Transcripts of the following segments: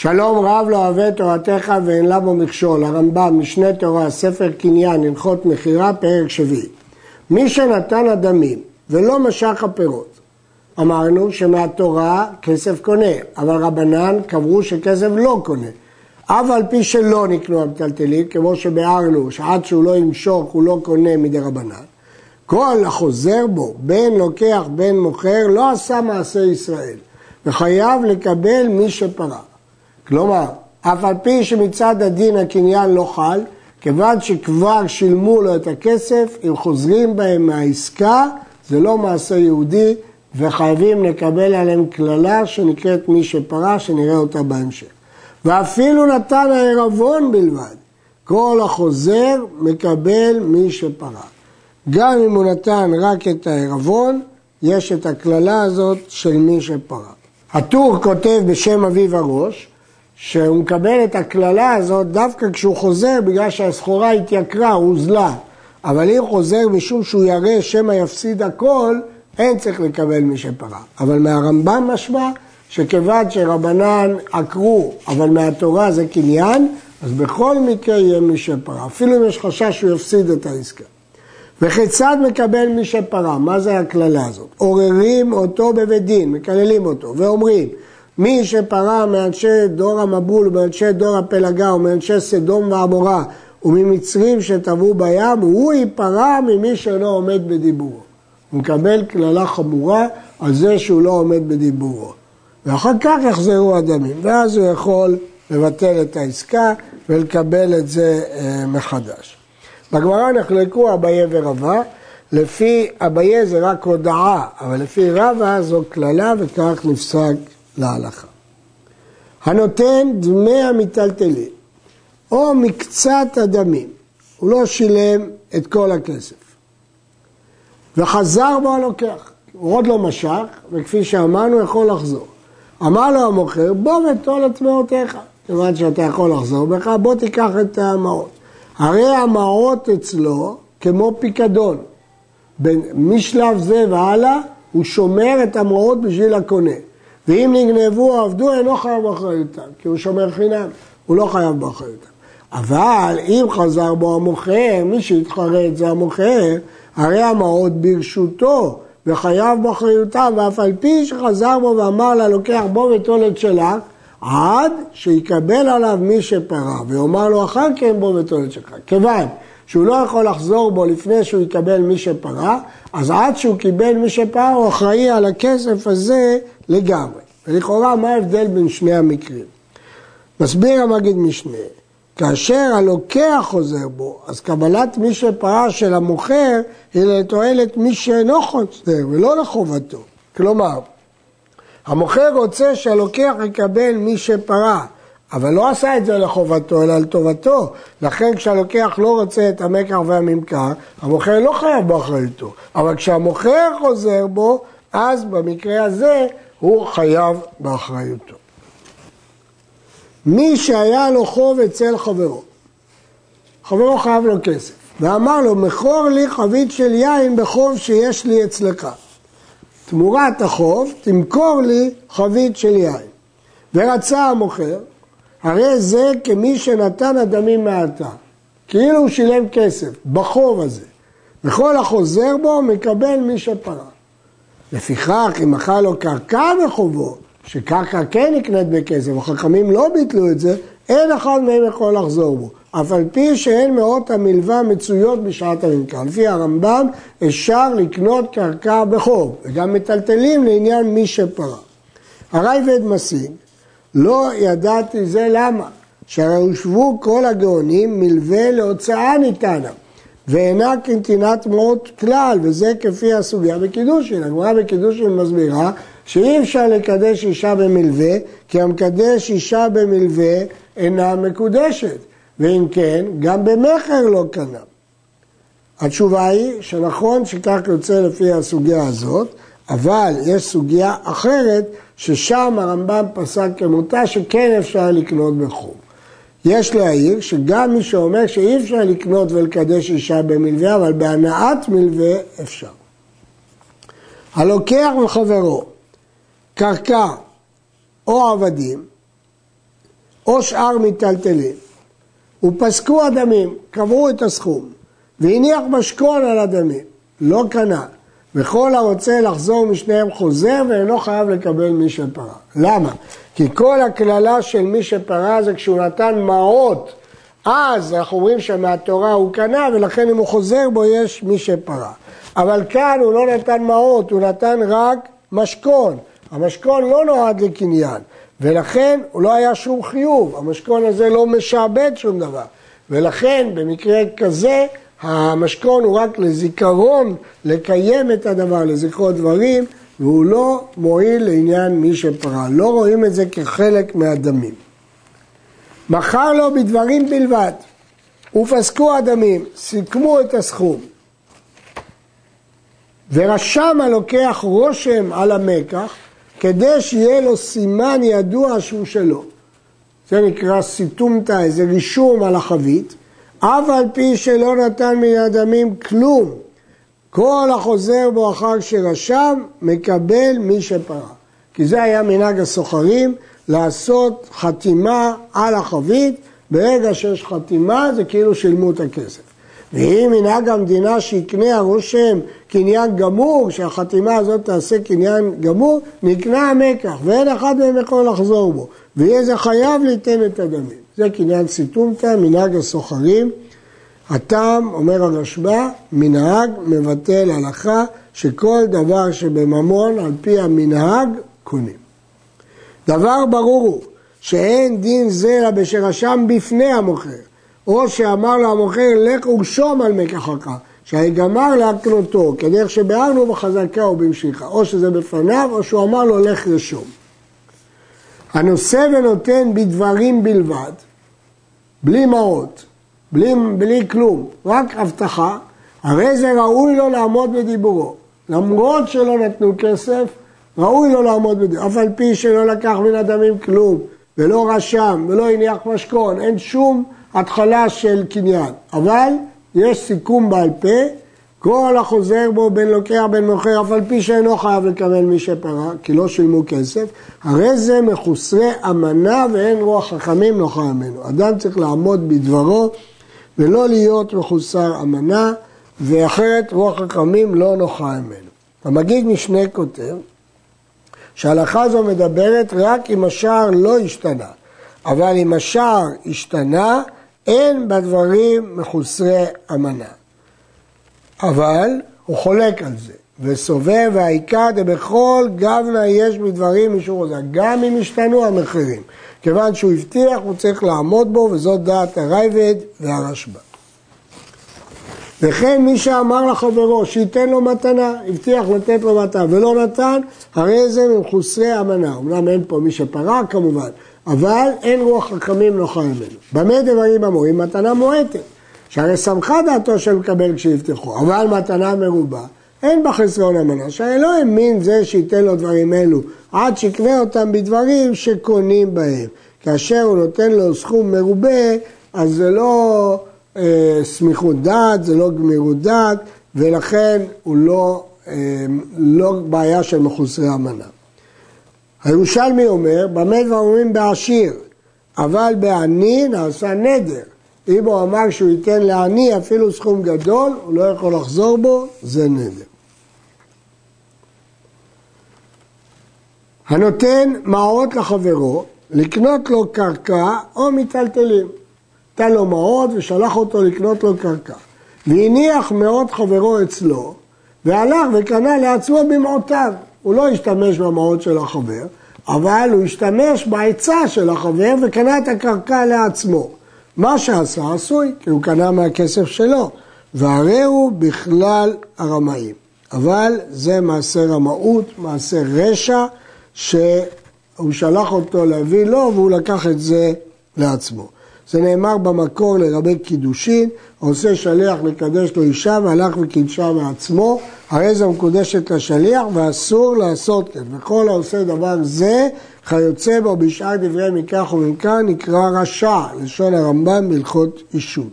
שלום רב לא אוהב תורתך ואין לה בו מכשול. הרמב"ם, משנה תורה, ספר קניין, הלכות מכירה, פרק שביעי. מי שנתן אדמים ולא משך הפירות, אמרנו שמהתורה כסף קונה, אבל רבנן קבעו שכסף לא קונה. אף על פי שלא נקנו המטלטלים, כמו שבארנו, שעד שהוא לא ימשוך הוא לא קונה מדי רבנן. כל החוזר בו, בין לוקח בין מוכר, לא עשה מעשה ישראל, וחייב לקבל מי שפרה. כלומר, אף על פי שמצד הדין הקניין לא חל, כיוון שכבר שילמו לו את הכסף, אם חוזרים בהם מהעסקה, זה לא מעשה יהודי, וחייבים לקבל עליהם כללה שנקראת מי שפרה, שנראה אותה בהמשך. ואפילו נתן הערבון בלבד, כל החוזר מקבל מי שפרה. גם אם הוא נתן רק את הערבון, יש את הכללה הזאת של מי שפרה. הטור כותב בשם אביב הראש, שהוא מקבל את הכללה הזאת דווקא כשהוא חוזר בגלל שהסחורה התייקרה, הוזלה. אבל אם חוזר משום שהוא יראה שמא יפסיד הכל, אין צריך לקבל מי שפרה. אבל מהרמב"ם משמע שכיוון שרבנן עקרו, אבל מהתורה זה קניין, אז בכל מקרה יהיה מי שפרה. אפילו אם יש חשש שהוא יפסיד את העסקה. וכיצד מקבל מי שפרה? מה זה הכללה הזאת? עוררים אותו בבית דין, מקללים אותו, ואומרים, מי שפרה מאנשי דור המבול ומאנשי דור הפלגה ומאנשי סדום ועמורה וממצרים שטבעו בים, הוא ייפרע ממי שלא עומד בדיבורו. הוא מקבל כללה חמורה על זה שהוא לא עומד בדיבורו. ואחר כך יחזרו הדמים, ואז הוא יכול לבטל את העסקה ולקבל את זה מחדש. בגמרא נחלקו אביה ורבא, לפי אביה זה רק הודעה, אבל לפי רבא זו כללה וכך נפסק להלכה. הנותן דמי המטלטלים, או מקצת הדמים, הוא לא שילם את כל הכסף. וחזר בו הלוקח, הוא עוד לא משך, וכפי שאמרנו יכול לחזור. אמר לו המוכר, בוא ותול את מאותיך, כיוון שאתה יכול לחזור בך, בוא תיקח את המעות. הרי המעות אצלו כמו פיקדון, משלב זה והלאה הוא שומר את המעות בשביל הקונה. ואם נגנבו או עבדו, אינו חייב באחריותם, כי הוא שומר חינם, הוא לא חייב באחריותם. אבל אם חזר בו המוכר, מי שהתחרט זה המוכר, הרי המעות ברשותו וחייב באחריותם, ואף על פי שחזר בו ואמר לה, לוקח בו ותול את שלך, עד שיקבל עליו מי שפרה, ואומר לו אחר כן בו ותול את שלך. כיוון שהוא לא יכול לחזור בו לפני שהוא יקבל מי שפרה, אז עד שהוא קיבל מי שפרה הוא אחראי על הכסף הזה לגמרי. ולכאורה מה ההבדל בין שני המקרים? מסביר המגיד משנה, כאשר הלוקח חוזר בו, אז קבלת מי שפרה של המוכר היא לתועלת מי שאינו חוזר ולא לחובתו. כלומר, המוכר רוצה שהלוקח יקבל מי שפרה, אבל לא עשה את זה לחובתו, אלא לטובתו. לכן כשהלוקח לא רוצה את המקח והממכר, המוכר לא חייב באחריותו. אבל כשהמוכר חוזר בו, אז במקרה הזה הוא חייב באחריותו. מי שהיה לו חוב אצל חברו, חברו חייב לו כסף, ואמר לו, מכור לי חבית של יין בחוב שיש לי אצלך. תמורת החוב, תמכור לי חבית של יין. ורצה המוכר, הרי זה כמי שנתן אדמים מעתה, כאילו הוא שילם כסף בחוב הזה, וכל החוזר בו מקבל מי שפרה. לפיכך, אם אכל לו קרקע בחובו, שקרקע כן נקנית בכסף, החכמים לא ביטלו את זה, אין אחד מהם יכול לחזור בו. אף על פי שאין מאות המלווה מצויות בשעת הממכר. לפי הרמב"ם אפשר לקנות קרקע בחוב, וגם מטלטלים לעניין מי שפרה. הרייבד משיג, לא ידעתי זה למה, שהרי הושבו כל הגאונים מלווה להוצאה ניתנה, ואינה כנתינת מעות כלל, וזה כפי הסוגיה בקידושין. הגמרא בקידושין מסבירה שאי אפשר לקדש אישה במלווה, כי המקדש אישה במלווה אינה מקודשת, ואם כן, גם במחר לא קנה. התשובה היא שנכון שכך יוצא לפי הסוגיה הזאת, אבל יש סוגיה אחרת ששם הרמב"ם פסק כמותה שכן אפשר לקנות בחוב. יש להעיר שגם מי שאומר שאי אפשר לקנות ולקדש אישה במלווה, אבל בהנאת מלווה אפשר. הלוקח מחברו קרקע או עבדים, או שאר מיטלטלים. ופסקו הדמים, קבעו את הסכום, והניח משכון על הדמים, לא קנה. וכל הרוצה לחזור משניהם חוזר ואינו חייב לקבל מי שפרה. למה? כי כל הכללה של מי שפרה זה כשהוא נתן מעות, אז אנחנו אומרים שמהתורה הוא קנה ולכן אם הוא חוזר בו יש מי שפרה. אבל כאן הוא לא נתן מעות, הוא נתן רק משכון. המשכון לא נועד לקניין ולכן הוא לא היה שום חיוב. המשכון הזה לא משעבד שום דבר. ולכן במקרה כזה המשכון הוא רק לזיכרון, לקיים את הדבר, לזכור דברים, והוא לא מועיל לעניין מי שפרה. לא רואים את זה כחלק מהדמים. מכר לו בדברים בלבד, ופסקו הדמים, סיכמו את הסכום. ורשם הלוקח רושם על המקח, כדי שיהיה לו סימן ידוע שהוא שלו. זה נקרא סיתומתא, איזה רישום על החבית. אף על פי שלא נתן מן הדמים כלום, כל החוזר בו אחר שרשם מקבל מי שפרה. כי זה היה מנהג הסוחרים לעשות חתימה על החבית, ברגע שיש חתימה זה כאילו שילמו את הכסף. ואם מנהג המדינה שיקנה הרושם קניין גמור, שהחתימה הזאת תעשה קניין גמור, נקנה המקח ואין אחד מהם יכול לחזור בו, ויהיה זה חייב ליתן את הדמים. זה קניין סיתומתא, מנהג הסוחרים. הטעם, אומר הרשב"א, מנהג מבטל הלכה שכל דבר שבממון על פי המנהג קונים. דבר ברור הוא שאין דין זה אלא בשרשם בפני המוכר, או שאמר לו המוכר לך ורשום על מקחך, שהגמר להקנותו, כדרך שבארנו בחזקה ובמשיכה, או שזה בפניו או שהוא אמר לו לך רשום. הנושא ונותן בדברים בלבד, בלי מעות, בלי כלום, רק הבטחה, הרי זה ראוי לו לעמוד בדיבורו. למרות שלא נתנו כסף, ראוי לו לעמוד בדיבורו. אף על פי שלא לקח מן הדמים כלום, ולא רשם, ולא הניח משכון, אין שום התחלה של קניין. אבל יש סיכום בעל פה, כל החוזר בו בין לוקח בין מוכר, אף על פי שאינו חייב לקבל מי שפרה, כי לא שילמו כסף, הרי זה מחוסרי אמנה ואין רוח חכמים נוחה ממנו. אדם צריך לעמוד בדברו ולא להיות מחוסר אמנה, ואחרת רוח חכמים לא נוחה ממנו. המגיד משנה כותב שההלכה זו מדברת רק אם השער לא השתנה, אבל אם השער השתנה, אין בדברים מחוסרי אמנה. אבל הוא חולק על זה, וסובב והעיקר בכל גבנה יש בדברים משום רוצה, גם אם השתנו המחירים. כיוון שהוא הבטיח, הוא צריך לעמוד בו, וזאת דעת הרייבד והרשב"א. וכן מי שאמר לחברו שייתן לו מתנה, הבטיח לתת לו מתנה ולא נתן, הרי זה מחוסרי אמנה. אמנם אין פה מי שפרה כמובן, אבל אין רוח חכמים נוחה ממנו. במה דברים אמורים? מתנה מועטת, שהרי שמחה דעתו שמקבל כשהבטיחו, אבל מתנה מרובה, אין בה חסרון אמנה, שהרי לא האמין זה שייתן לו דברים אלו, עד שיקנה אותם בדברים שקונים בהם. כאשר הוא נותן לו סכום מרובה, אז זה לא סמיכות דעת, זה לא גמירות דעת, ולכן הוא לא בעיה של מחוסרי אמנה. הירושלמי אומר, במה דברים בעשיר, אבל בעני נעשה נדר. אם הוא אמר שהוא ייתן לעני אפילו סכום גדול, הוא לא יכול לחזור בו, זה נדר. הנותן מעות לחברו, לקנות לו קרקע או מיטלטלים. נתן לו מעות ושלח אותו לקנות לו קרקע. והניח מעות חברו אצלו, והלך וקנה לעצמו במעותיו. הוא לא השתמש במעות של החבר, אבל הוא השתמש בעצה של החבר וקנה את הקרקע לעצמו. מה שעשה עשוי, כי הוא קנה מהכסף שלו, והרי הוא בכלל הרמאים. אבל זה מעשה רמאות, מעשה רשע, שהוא שלח אותו להביא לו, והוא לקח את זה לעצמו. זה נאמר במקור לרבי קידושין, עושה שליח לקדש לו אישה, והלך וקידשה מעצמו, הרי זה מקודשת לשליח, ואסור לעשות כן. וכל העושה דבר זה, חיוצא בו בשאר דברי מכך ומכאן, נקרא רשע, לשון הרמב"ם בהלכות אישות.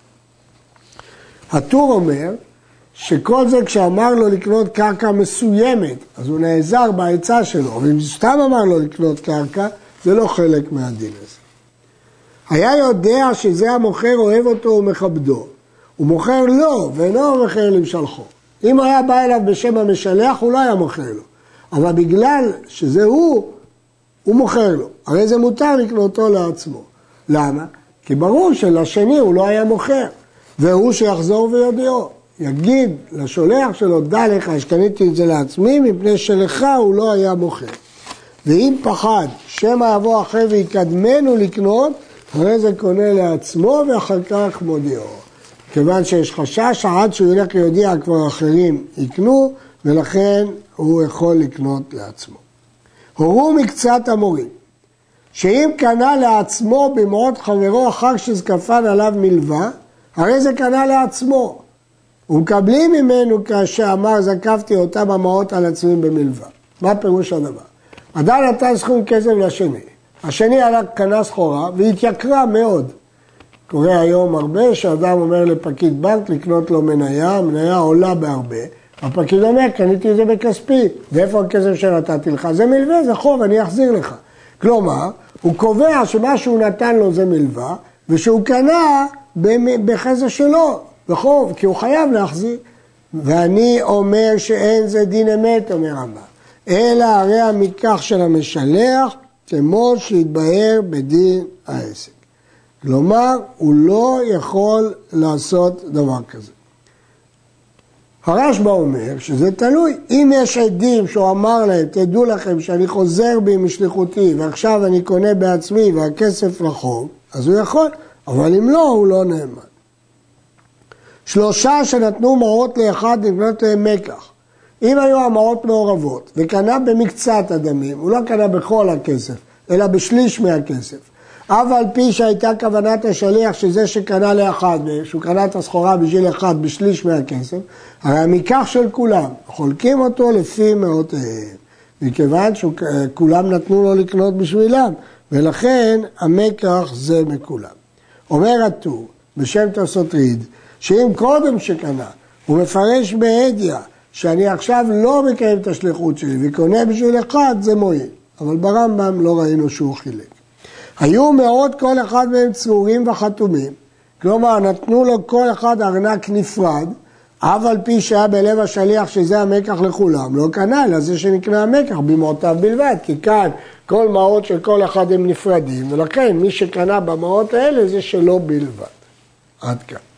הטור אומר, שכל זה כשאמר לו לקנות קרקע מסוימת, אז הוא נעזר בעצה שלו, אבל אם סתם אמר לו לקנות קרקע, זה לא חלק מהדין הזה. היה יודע שזה המוכר אוהב אותו ומכבדו, הוא מוכר לו ואינו מוכר למשלחו. אם היה בא אליו בשם המשלח, הוא לא היה מוכר לו. אבל בגלל שזה הוא מוכר לו. הרי זה מותר לקנותו לעצמו. למה? כי ברור שלשני הוא לא היה מוכר. והוא שיחזור ויודיעו. יגיד לשולח שלו, דע לך שקניתי את זה לעצמי, מפני שלך הוא לא היה מוכר. ואם פחד שמא יבוא אחרי ויקדמנו לקנות, הרי זה קונה לעצמו ואחר כך מודיעו. כיוון שיש חשש, עד שהוא ילך ליודיע כבר אחרים יקנו, ולכן הוא יכול לקנות לעצמו. הורו מקצת המורים, שאם קנה לעצמו במעות חברו אחר שזקפן עליו מלווה, הרי זה קנה לעצמו. ומקבלים ממנו כאשר אמר זקפתי אותם המעות על עצמי במלווה. מה פירוש הדבר? אדם נתן סכום כסף לשני. השני קנה סחורה והתייקרה מאוד. קורה היום הרבה שאדם אומר לפקיד בנק לקנות לו מניה, המניה עולה בהרבה. הפקיד אומר, קניתי את זה בכספי, ואיפה הכסף שנתתי לך? זה מלווה, זה חוב, אני אחזיר לך. כלומר, הוא קובע שמה שהוא נתן לו זה מלווה, ושהוא קנה בחסר שלו, בחוב, כי הוא חייב להחזיר. ואני אומר שאין זה דין אמת, אומר רבא, אלא הרי המיקח של המשלח, כמו שהתבהר בדין העסק. כלומר, הוא לא יכול לעשות דבר כזה. הרשב"א אומר שזה תלוי. אם יש עדים שהוא אמר להם, תדעו לכם שאני חוזר בי משליחותי ועכשיו אני קונה בעצמי והכסף לחוב, אז הוא יכול, אבל אם לא, הוא לא נאמן. 3 שנתנו מעות לאחד לקנות להם מקח. אם היו המעות מעורבות וקנה במקצת הדמים, הוא לא קנה בכל הכסף, אלא בשליש מהכסף. אף על פי שהייתה כוונת השליח שזה שקנה לאחד, שהוא קנה את הסחורה בשביל אחד בשליש מהכסף, הרי המיקח של כולם, חולקים אותו לפי מעותיהם, מכיוון שכולם נתנו לו לקנות בשבילם, ולכן המיקח זה מכולם. אומר הטור, בשם תוספות ריד, שאם קודם שקנה, הוא מפרש בהדיה, שאני עכשיו לא מקיים את השליחות שלי, וקונה בשביל אחד, זה מועיל. אבל ברמב"ם לא ראינו שהוא חילק. היו מאות כל אחד מהם צרורים וחתומים, כלומר נתנו לו כל אחד ארנק נפרד, אף על פי שהיה בלב השליח שזה המקח לכולם, לא קנה, אלא זה שנקנה המקח במעותיו בלבד, כי כאן כל מעות של כל אחד הם נפרדים, ולכן מי שקנה במעות האלה זה שלו בלבד. עד כאן.